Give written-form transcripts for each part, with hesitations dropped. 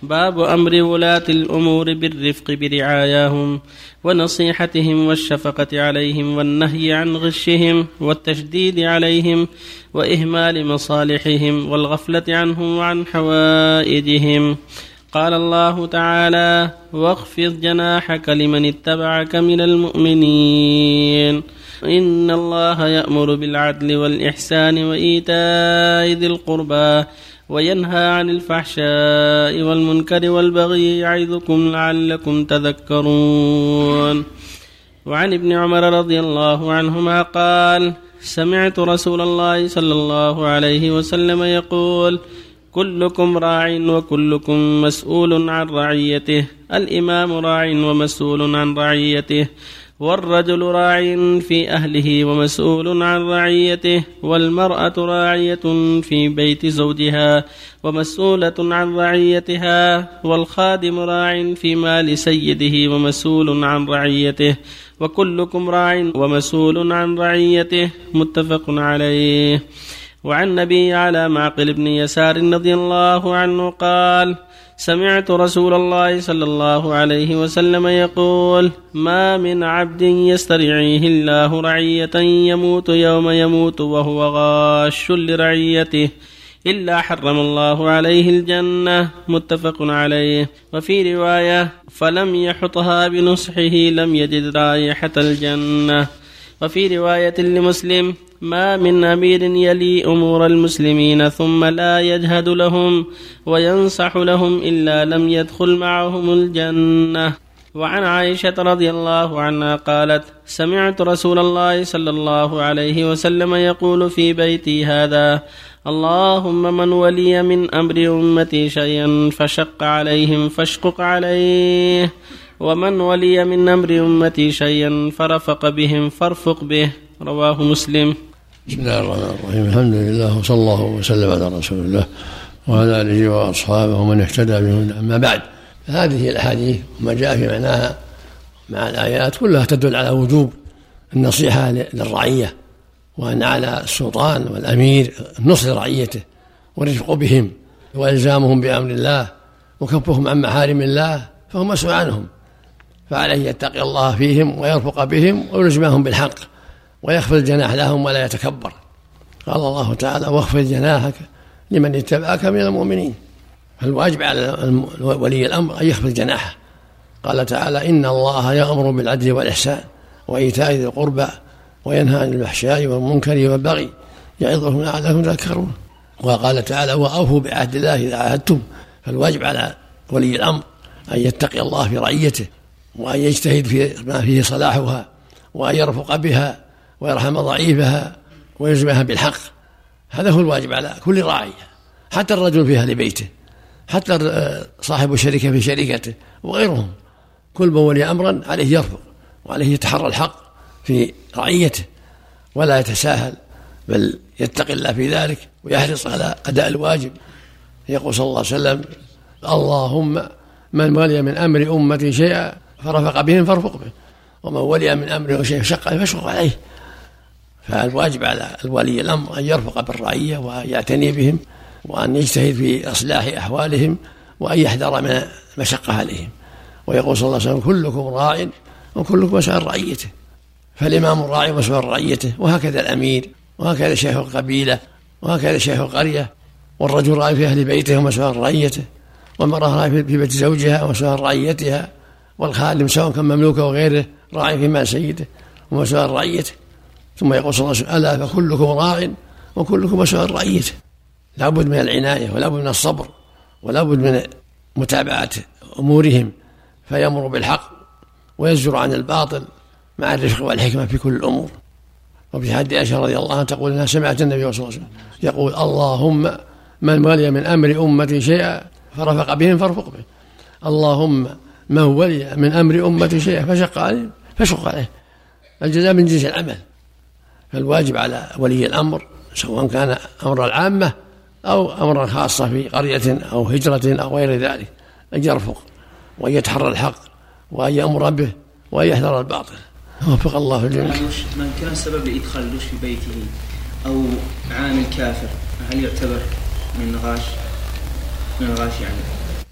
باب أمر ولاة الأمور بالرفق برعاياهم ونصيحتهم والشفقة عليهم والنهي عن غشهم والتشديد عليهم وإهمال مصالحهم والغفلة عنهم وعن حوائجهم. قال الله تعالى: واخفض جناحك لمن اتبعك من المؤمنين إن الله يأمر بالعدل والإحسان وإيتاء ذي القربى وينهى عن الفحشاء والمنكر والبغي يعظكم لعلكم تذكرون. وعن ابن عمر رضي الله عنهما قال: سمعت رسول الله صلى الله عليه وسلم يقول: كلكم راع وكلكم مسؤول عن رعيته، الإمام راع ومسؤول عن رعيته، والرجل راع في أهله ومسؤول عن رعيته، والمرأة راعية في بيت زوجها ومسؤولة عن رعيتها، والخادم راع في مال سيده ومسؤول عن رعيته، وكلكم راع ومسؤول عن رعيته. متفق عليه. وعن أبي على معقل بن يسار رضي الله عنه قال: سمعت رسول الله صلى الله عليه وسلم يقول: ما من عبد يسترعيه الله رعية يموت يوم يموت وهو غاش لرعيته إلا حرم الله عليه الجنة. متفق عليه. وفي رواية: فلم يحطها بنصحه لم يجد رائحة الجنة. وفي رواية لمسلم: ما من أمير يلي أمور المسلمين ثم لا يجهد لهم وينصح لهم إلا لم يدخل معهم الجنة. وعن عائشة رضي الله عنها قالت: سمعت رسول الله صلى الله عليه وسلم يقول في بيتي هذا: اللهم من ولي من أمر أمتي شيئا فشق عليهم فاشقق عليه، ومن ولي من أمر أمتي شيئا فرفق بهم فارفق به. رواه مسلم. بسم الله الرحمن الرحيم. الحمد لله وصلى الله وسلم على رسول الله وعلى آله وأصحابه ومن اهتدى بهداه. أما بعد، هذه الأحاديث وما جاء في معناها مع الآيات كلها تدل على وجوب النصيحة للرعية، وأن على السلطان والأمير النصح لرعيته والرفق بهم وإلزامهم بأمر الله وكفهم عن محارم الله، فهم مسؤول عنهم، فعليه يتقي الله فيهم ويرفق بهم ويلزمهم بالحق ويخفض الجناح لهم ولا يتكبر. قال الله تعالى: واخفض جناحك لمن اتبعك من المؤمنين. فالواجب على ولي الأمر أن يخفض جناحه. قال تعالى: إن الله يأمر بالعدل والإحسان وإيتاء ذي القربى وينهى عن الفحشاء والمنكر والبغي يعظكم لعلكم تذكرون. وقال تعالى: وأوفوا بعهد الله إذا عاهدتم. فالواجب على ولي الأمر أن يتقي الله في رعيته وأن يجتهد في ما فيه صلاحها وأن يرفق بها ويرحم ضعيفها ويلزمها بالحق. هذا هو الواجب على كل راعي، حتى الرجل في أهل بيته، حتى صاحب الشركة في شركته وغيرهم. كل من ولي أمرا عليه يرفق وعليه يتحرى الحق في رعيته ولا يتساهل، بل يتقي الله في ذلك ويحرص على أداء الواجب. يقول صلى الله عليه وسلم: اللهم من ولي من أمر أمتي شيئا فرفق بهم فارفق به، ومن ولي من أمره شيئا فشق عليه. فالواجب على الولي الأمر أن يرفق بالرعية وأن يعتني بهم وأن يجتهد في إصلاح أحوالهم وأن يحذر من مشقة عليهم. ويقول صلى الله عليه وسلم: كلكم راع وكلكم مسؤول عن رعيته. فالإمام راع ومسؤول عن رعيته، وهكذا الأمير، وهكذا شيخ القبيلة، وهكذا شيخ القرية. والرجل راع في أهل بيته ومسؤول عن رعيته، والمرأة راع في بيت زوجها ومسؤول عن رعيتها، والخادم سواء كان مملوكه وغيره راع في مال سيده ومسؤول عن رعيته. ثم يقول صلى الله عليه وسلم: ألا فكلكم راع وكلكم مسؤول عن رعيته. لا بد من العناية ولا بد من الصبر ولا بد من متابعة أمورهم، فيأمر بالحق ويزجر عن الباطل مع الرفق والحكمة في كل الأمور. وفي حديث عائشة رضي الله عنها تقول: أنها سمعت النبي صلى الله عليه وسلم يقول: اللهم من ولي من أمر أمتي شيئا فرفق بهم فارفق به. اللهم من ولي من أمر أمتي شيئا فشق عليه فشق عليه. الجزاء من جنس العمل. فالواجب على ولي الأمر سواء كان أمر العامة أو أمرا خاصة في قرية أو هجرة أو غير ذلك أن يرفق وأن يتحرى الحق وأن يأمر به وأن يحذر الباطل. وفق الله الجميع. من كان سبب لإدخال اللص في بيته أو عامل كافر، هل يعتبر من غاش يعني؟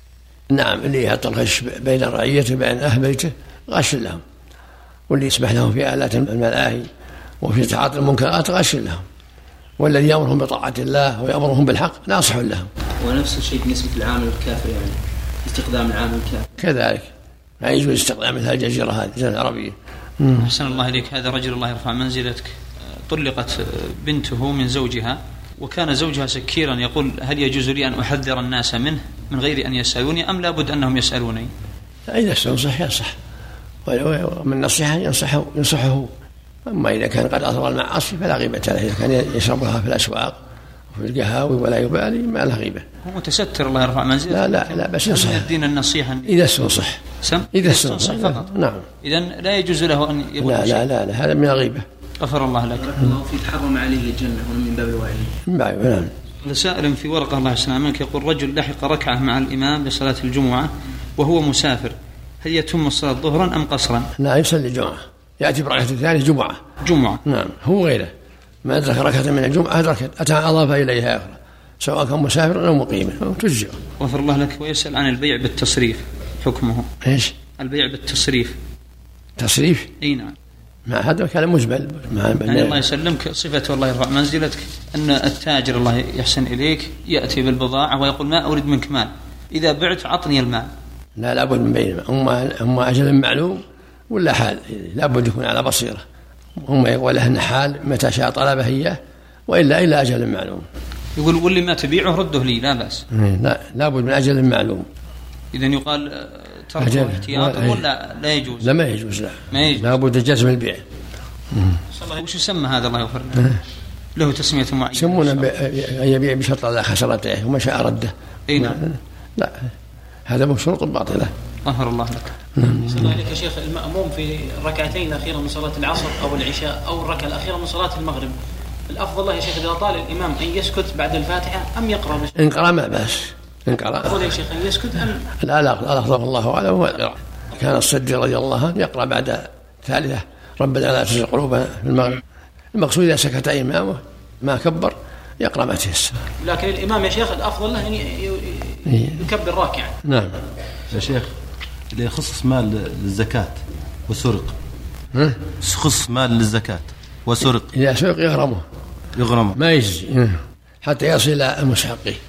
نعم، اللي يحط الغش بين رعيته بين أهل بيته غش لهم، واللي يسمح لهم في آلات الملاهي وفي تعاطي المنكرات غش لهم، والذي يأمرهم بطاعة الله ويأمرهم بالحق ناصح لهم. ونفس الشيء بالنسبة للعامل الكافر، يعني استخدام العامل الكافر كذلك لا يجوز استخدام مثل الجزيرة هذه الجزيرة العربية. أحسن الله إليك. هذا رجل الله يرفع منزلتك، طلقت بنته من زوجها وكان زوجها سكيرا، يقول هل يجوز لي أن أحذر الناس منه من غير أن يسألوني أم لابد أنهم يسألوني؟ إذا استنصح ينصح، ومن نصيحة ينصحه. أما إذا كان قد أثر المعاصي فلا غيبة له، إذا كان يشربها في الأسواق وفي القهاوي ولا يبالي ما له غيبة. هو متستر الله يرفع منزله. لا بس ينصح. الدين النصيحة إذا استنصح. إذا استنصح فقط. نعم. إذن لا يجوز له أن يقول لا هذا من الغيبة. غفر الله لك. الله في تحرم عليه الجنة من باب الوعيد. من باب نعم. رسائل في ورقة الله يسلمك، يقول رجل لحق ركعة مع الإمام لصلاة الجمعة وهو مسافر، هل يتم الصلاة ظهرا أم قصرا؟ لا، يصلي الجمعة، يأتي بركعة الثانية جمعة. نعم، هو غيره ما أدرك ركعة من الجمعة أدركت أضاف إليها أخرى، سواء كان مسافر أو مقيما تجزئ. غفر الله لك. ويسأل عن البيع بالتصريف، حكمه إيش؟ البيع بالتصريف. تصريف؟ أي نعم. مع هذا كلام مجمل. يعني الله يسلمك، صفة والله يرفع منزلتك أن التاجر الله يحسن إليك يأتي بالبضاعة ويقول ما أريد منك مال، إذا بعت عطني المال. لا، لابد من بينهما، أما أجل معلوم ولا حال، لابد يكون على بصيرة. أما يقول له أن حال متى شاء طلبه إياه، وإلا إلا أجل معلوم. يقول واللي ما تبيعه رده لي، لا بأس. لا، لابد من أجل معلوم. إذن يقال تركه احتياطا ولا لا يجوز؟ لا، ما يجوز. لا، ما يجوز. لابد جزم البيع. وش يسمى هذا الله يغفر له تسمية معينة؟ يسمونه أن يبيع بشرط لا خسرته وما شاء رده. أي نعم. لا، هذا بشروط باطلة. غفر الله لك. صلى الله عليك يا شيخ. المأموم في الركعتين الأخيرة من صلاة العصر أو العشاء أو الركعة الأخيرة من صلاة المغرب، الأفضل الله يا شيخ إذا طال الإمام أن يسكت بعد الفاتحة أم يقرأ بس؟ إن قرأ ما بأس. إن قرأ أفضل يا شيخ أن يسكت أم لا الله أعلم هو يقرأ. كان الصديق رضي الله عنه يقرأ بعد ثالثة ربنا لا تزغ قلوبنا في المغرب. المقصود إذا سكت إمامه ما كبر يقرأ ما تيسر. لكن الإمام يا شيخ الأفضل له أن يكبر راكعا. نعم يا شيخ. اللي يخصص مال للزكاة وسرق، يخصص مال للزكاة وسرق، إذا سرق يغرمه ما يجزي حتى يصل إلى المستحقين.